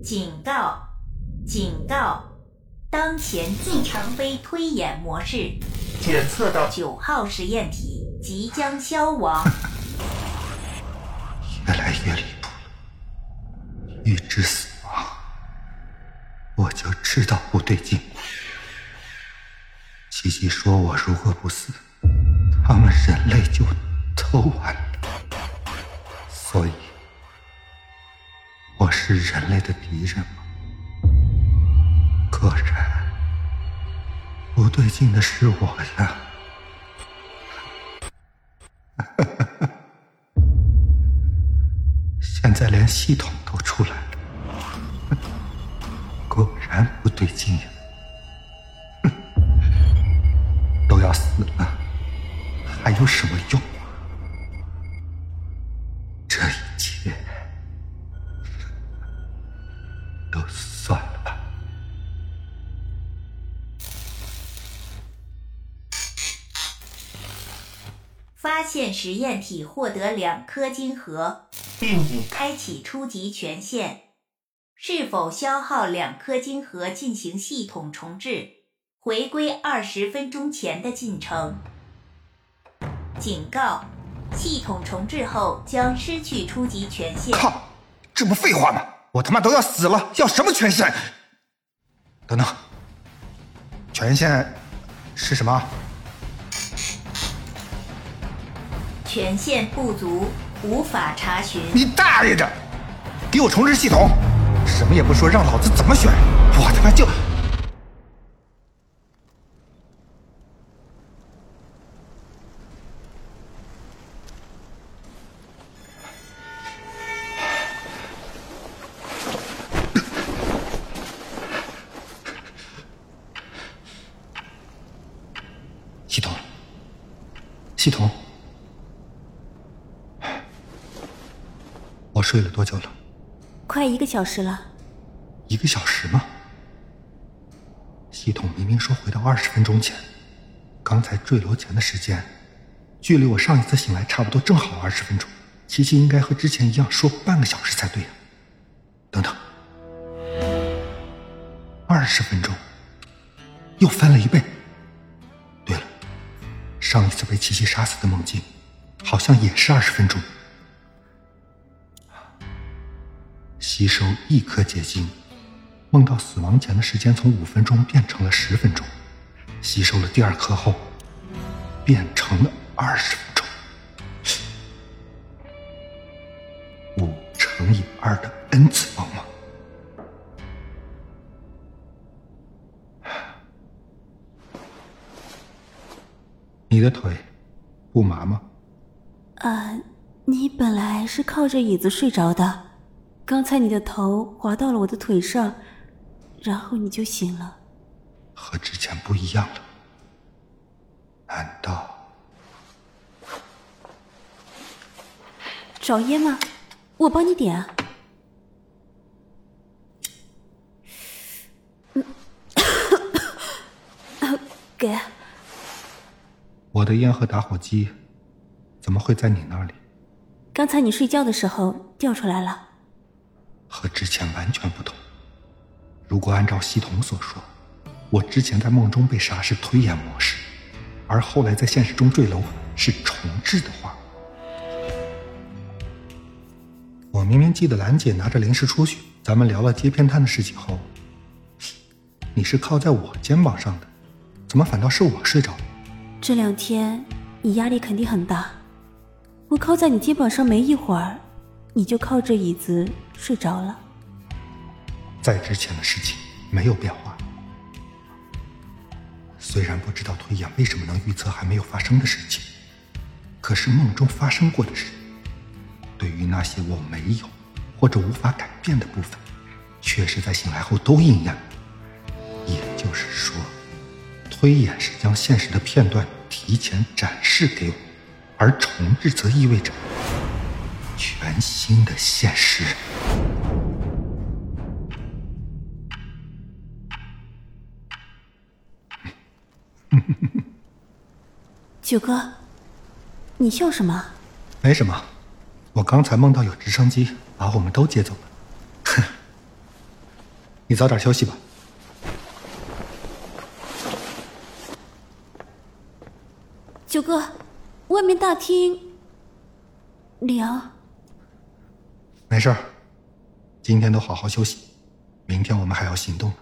警告！警告！当前进程非推演模式，检测到9号实验体即将消亡。 越来越离谱了，预知死亡，我就知道不对劲。琪琪说我如果不死，他们人类就都完了。所以，我是人类的敌人吗？果然，不对劲的是我呀。现在连系统都出来了，果然不对劲呀！都要死了，还有什么用啊？这一切都算了吧。 发现实验体获得2颗晶核，并已开启初级权限。是否消耗2颗晶核进行系统重置，回归20分钟前的进程。警告！系统重置后将失去初级权限。 靠！这不废话吗？我他妈都要死了，要什么权限？等等，权限是什么？ 权限不足，无法查询。 你大爷的！给我重置系统！什么也不说，让老子怎么选？我他妈就……系统，系统，我睡了多久了？ 快1个小时了。 1个小时吗？系统明明说回到20分钟前，刚才坠楼前的时间，距离我上一次醒来差不多正好20分钟。琪琪应该和之前一样说半个小时才对呀。等等，20分钟，又翻了1倍。对了，上一次被琪琪杀死的梦境，好像也是20分钟。吸收1颗结晶，梦到死亡前的时间从5分钟变成了10分钟，吸收了第2颗后，变成了20分钟。5乘以2的 n 次方吗？你的腿不麻吗？ 你本来是靠着椅子睡着的，刚才你的头滑到了我的腿上，然后你就醒了。 和之前不一样了。难道…… 找烟吗？我帮你点啊。给。 我的烟和打火机怎么会在你那里？ 刚才你睡觉的时候掉出来了。 和之前完全不同。如果按照系统所说，我之前在梦中被杀是推演模式，而后来在现实中坠楼是重置的话，我明明记得兰姐拿着零食出去，咱们聊了接偏瘫的事情后，你是靠在我肩膀上的，怎么反倒是我睡着了？ 这2天你压力肯定很大，我靠在你肩膀上没一会儿，你就靠着椅子睡着了。 在之前的事情没有变化，虽然不知道推演为什么能预测还没有发生的事情，可是梦中发生过的事，对于那些我没有或者无法改变的部分，确实在醒来后都应验了。也就是说，推演是将现实的片段提前展示给我，而重置则意味着全新的现实。 九哥，你笑什么？ 没什么，我刚才梦到有直升机把我们都接走了。哼， 你早点休息吧。 九哥，外面大厅凉。 没事儿，今天都好好休息，明天我们还要行动呢。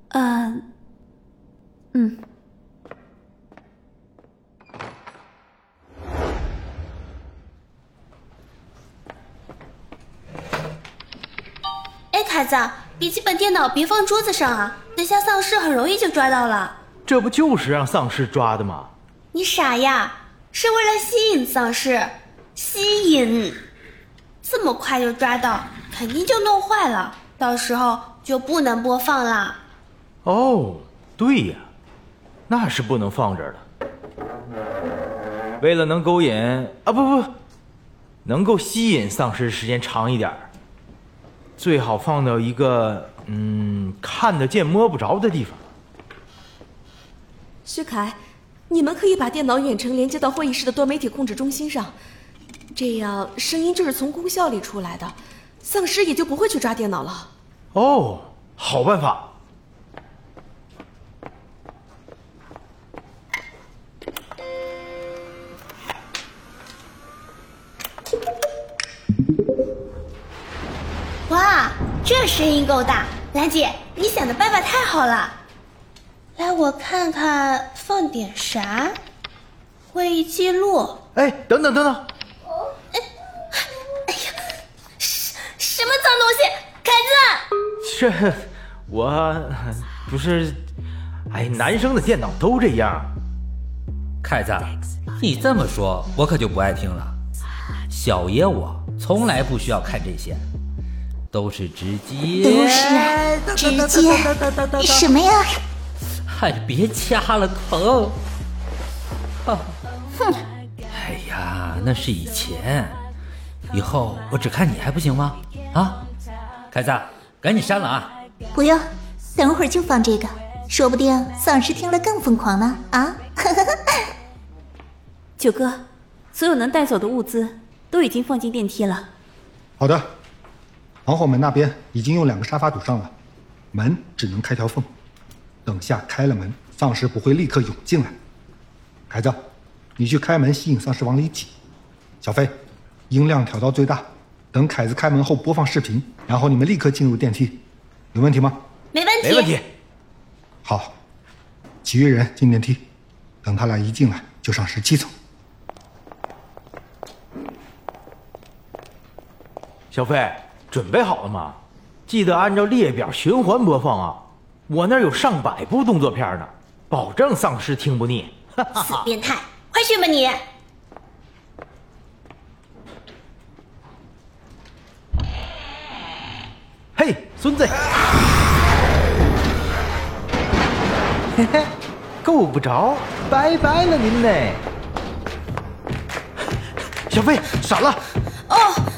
哎，凯子，笔记本电脑别放桌子上啊，等下丧尸很容易就抓到了。 这不就是让丧尸抓的吗？ 你傻呀，是为了吸引丧尸，吸引，这么快就抓到，肯定就弄坏了，到时候就不能播放了。 哦，对呀，那是不能放这儿的。为了能勾引不，能够吸引丧尸时间长一点，最好放到一个看得见摸不着的地方。 薛凯，你们可以把电脑远程连接到会议室的多媒体控制中心上，这样声音就是从功效里出来的，丧尸也就不会去抓电脑了。 哦，好办法。 哇，这声音够大，兰姐，你想的办法太好了。来，我看看放点啥？会议记录。 哎，等等， 哎呀，什么脏东西？凯子！ 这我不是，男生的电脑都这样。 凯子，你这么说，我可就不爱听了。小爷我从来不需要看这些，都是直接。 都是直接什么呀？ 别掐了，疼。哎呀，那是以前，以后我只看你还不行吗？啊，凯子，赶紧删了啊！ 不用，等会儿就放这个，说不定丧尸听了更疯狂呢啊！ 九哥，所有能带走的物资都已经放进电梯了。 好的，皇后门那边已经用2个沙发堵上了，门只能开条缝，等下开了门，丧尸不会立刻涌进来。孩子，你去开门吸引丧尸往里挤。小飞，音量调到最大，等凯子开门后播放视频，然后你们立刻进入电梯，有问题吗？ 没问题。 没问题。 好，其余人进电梯，等他俩一进来就上17层。 小飞，准备好了吗？记得按照列表循环播放啊！我那儿有上百部动作片呢，保证丧尸听不腻。 死变态，快去吧你！ 嘿，孙子！嘿嘿，够不着，拜拜了您嘞！小飞，闪了！ 哦。